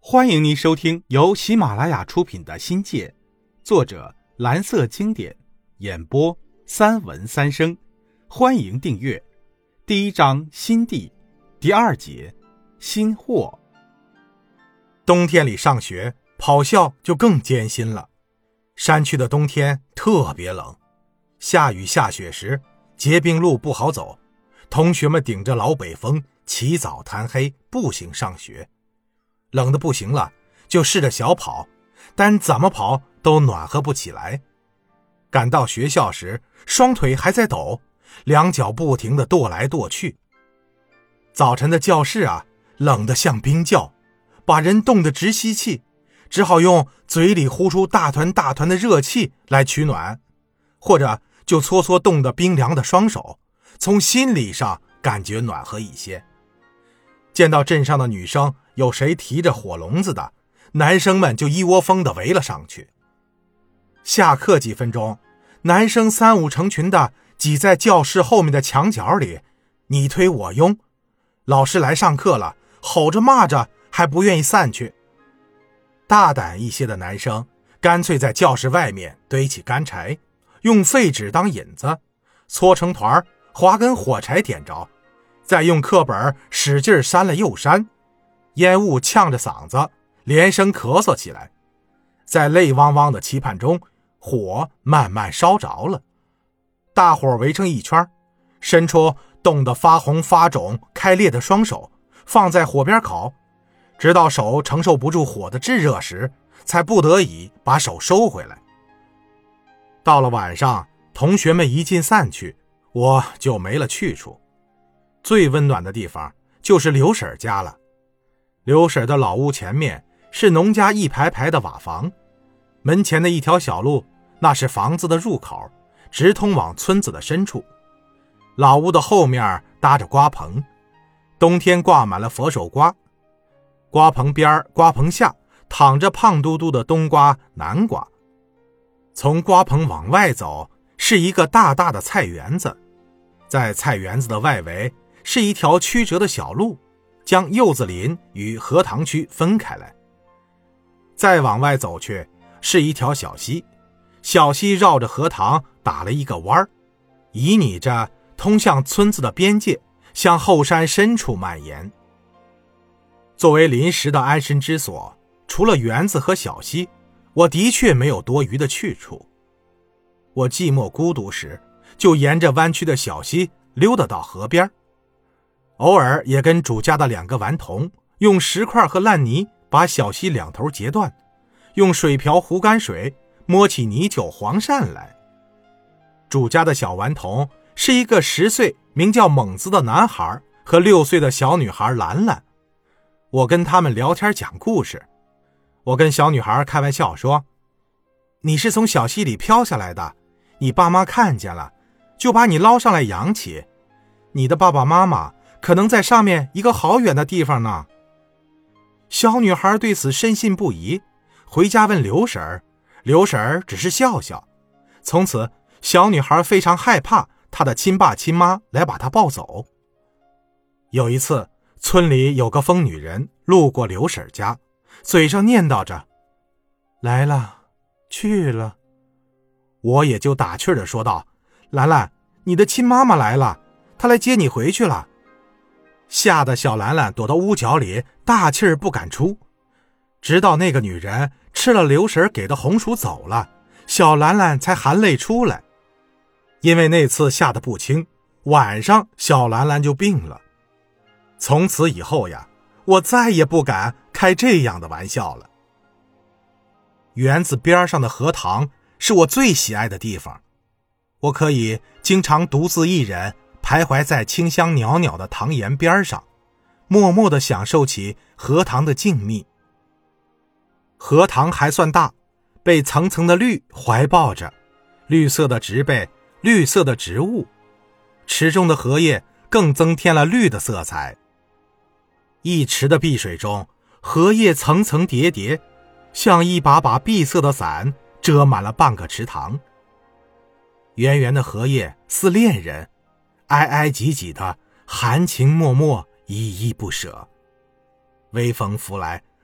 欢迎您收听由喜马拉雅出品的《新界》，作者蓝色经典，演播三文三生。欢迎订阅。第一章新地，第二节新货。 冬天里上学，跑校就更艰辛了。山区的冬天特别冷，下雨下雪时，结冰路不好走，同学们顶着老北风，起早贪黑步行上学。冷得不行了，就试着小跑，但怎么跑都暖和不起来。赶到学校时，双腿还在抖，两脚不停地跺来跺去。早晨的教室啊，冷得像冰窖，把人冻得直吸气，只好用嘴里呼出大团大团的热气来取暖，或者就搓搓冻得冰凉的双手，从心理上感觉暖和一些。见到镇上的女生有谁提着火笼子的，男生们就一窝蜂地围了上去。下课几分钟，男生三五成群地挤在教室后面的墙角里，你推我拥。老师来上课了，吼着骂着还不愿意散去。大胆一些的男生干脆在教室外面堆起干柴，用废纸当引子，搓成团，划根火柴点着，再用课本使劲扇了又扇，烟雾呛着嗓子，连声咳嗽起来。在泪汪汪的期盼中，火慢慢烧着了。大伙围成一圈，伸出冻得发红发肿开裂的双手，放在火边烤，直到手承受不住火的炙热时，才不得已把手收回来。到了晚上，同学们一尽散去，我就没了去处。最温暖的地方就是刘婶家了。刘婶的老屋前面是农家一排排的瓦房，门前的一条小路，那是房子的入口，直通往村子的深处。老屋的后面搭着瓜棚，冬天挂满了佛手瓜。瓜棚边瓜棚下躺着胖嘟嘟的冬瓜南瓜。从瓜棚往外走是一个大大的菜园子，在菜园子的外围是一条曲折的小路，将柚子林与荷塘区分开来。再往外走去是一条小溪，小溪绕着荷塘打了一个弯，旖旎着通向村子的边界，向后山深处蔓延。作为临时的安身之所，除了园子和小溪，我的确没有多余的去处。我寂寞孤独时，就沿着弯曲的小溪溜达到河边，偶尔也跟主家的两个顽童用石块和烂泥把小溪两头截断，用水瓢糊干水，摸起泥鳅黄鳝来。主家的小顽童是一个10岁名叫猛子的男孩和6岁的小女孩兰兰。我跟他们聊天讲故事，我跟小女孩开玩笑说，你是从小溪里飘下来的，你爸妈看见了，就把你捞上来养起，你的爸爸妈妈可能在上面一个好远的地方呢。小女孩对此深信不疑，回家问刘婶儿，刘婶儿只是笑笑。从此小女孩非常害怕她的亲爸亲妈来把她抱走。有一次，村里有个疯女人路过刘婶家，嘴上念叨着，来了去了。我也就打趣地说道，兰兰，你的亲妈妈来了，她来接你回去了。吓得小兰兰躲到屋角里，大气儿不敢出。直到那个女人吃了刘婶给的红薯走了，小兰兰才含泪出来。因为那次吓得不轻，晚上小兰兰就病了。从此以后呀，我再也不敢开这样的玩笑了。园子边上的荷塘是我最喜爱的地方，我可以经常独自一人徘徊在清香袅袅的塘沿边上，默默地享受起荷塘的静谧。荷塘还算大，被层层的绿怀抱着，绿色的植被，绿色的植物，池中的荷叶更增添了绿的色彩。一池的碧水中，荷叶层层叠叠，像一把把碧色的伞，遮满了半个池塘。圆圆的荷叶似恋人，挨挨挤挤的，含情脉脉，依依不舍。微风拂来，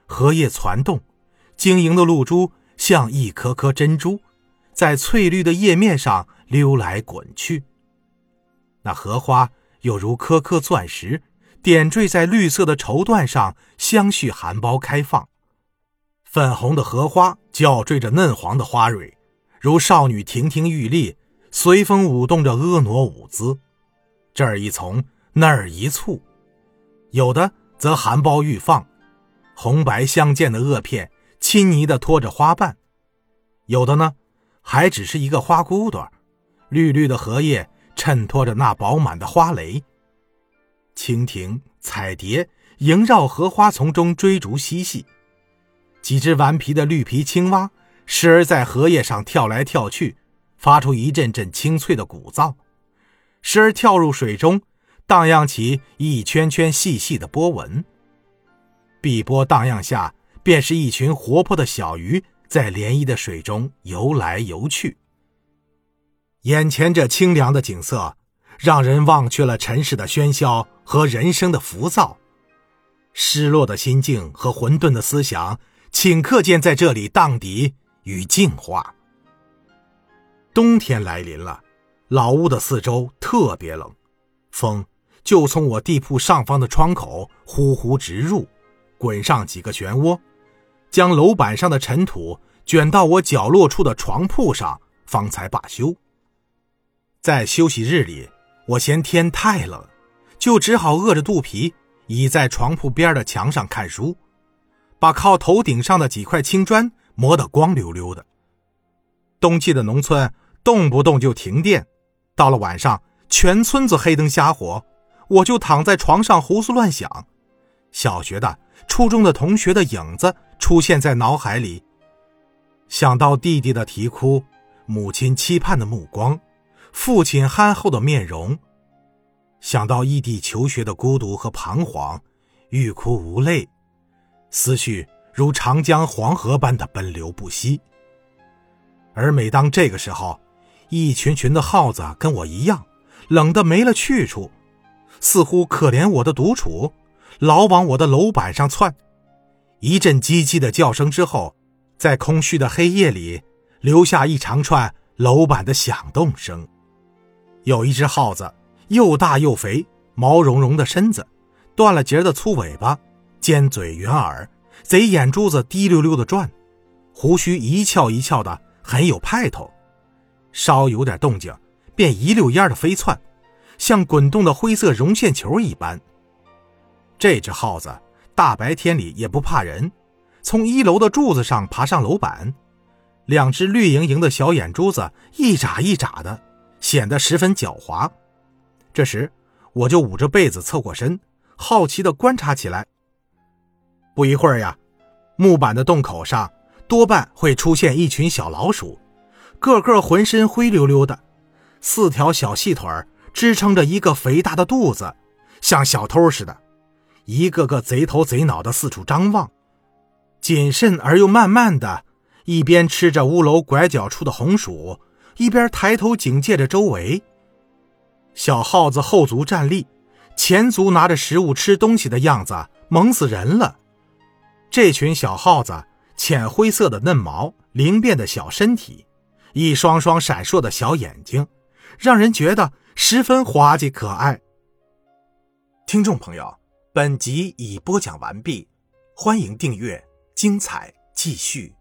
荷叶攒动，晶莹的露珠像一颗颗珍珠，在翠绿的叶面上溜来滚去。那荷花又如颗颗钻石，点缀在绿色的绸缎上，相续含苞开放。粉红的荷花校缀着嫩黄的花蕊，如少女亭亭玉立，随风舞动着婀娜舞姿，这儿一丛，那儿一簇。有的则含苞欲放，红白相间的萼片亲昵地托着花瓣；有的呢，还只是一个花骨朵，绿绿的荷叶衬托着那饱满的花蕾。蜻蜓、彩蝶萦绕荷花丛中追逐嬉戏，几只顽皮的绿皮青蛙时而在荷叶上跳来跳去，发出一阵阵清脆的鼓噪，时而跳入水中，荡漾起一圈圈细细的波纹。碧波荡漾下，便是一群活泼的小鱼在涟漪的水中游来游去。眼前这清凉的景色，让人忘却了尘世的喧嚣和人生的浮躁，失落的心境和混沌的思想顷刻间在这里荡涤与净化。冬天来临了，老屋的四周特别冷，风就从我地铺上方的窗口呼呼直入，滚上几个漩涡，将楼板上的尘土卷到我角落处的床铺上，方才罢休。在休息日里，我嫌天太冷，就只好饿着肚皮倚在床铺边的墙上看书，把靠头顶上的几块青砖磨得光溜溜的。冬季的农村动不动就停电，到了晚上全村子黑灯瞎火，我就躺在床上胡思乱想，小学的、初中的同学的影子出现在脑海里，想到弟弟的啼哭，母亲期盼的目光，父亲憨厚的面容，想到异地求学的孤独和彷徨，欲哭无泪，思绪如长江黄河般的奔流不息。而每当这个时候，一群群的耗子跟我一样，冷得没了去处，似乎可怜我的独处，老往我的楼板上窜。一阵唧唧的叫声之后，在空虚的黑夜里留下一长串楼板的响动声。有一只耗子，又大又肥，毛茸茸的身子，断了节的粗尾巴，尖嘴圆耳，贼眼珠子滴溜溜的转，胡须一翘一翘的，很有派头，稍有点动静便一溜烟的飞窜，像滚动的灰色绒线球一般。这只耗子大白天里也不怕人，从1楼的柱子上爬上楼板，两只绿莹莹的小眼珠子一眨一眨的，显得十分狡猾。这时我就捂着被子侧过身，好奇地观察起来。不一会儿呀，木板的洞口上多半会出现一群小老鼠，个个浑身灰溜溜的，4条小细腿支撑着一个肥大的肚子，像小偷似的，一个个贼头贼脑的四处张望，谨慎而又慢慢的，一边吃着屋楼拐角处的红薯，一边抬头警戒着周围。小耗子后足站立，前足拿着食物吃东西的样子萌死人了。这群小耗子浅灰色的嫩毛，灵便的小身体，一双双闪烁的小眼睛，让人觉得十分滑稽可爱。听众朋友，本集已播讲完毕，欢迎订阅，精彩继续。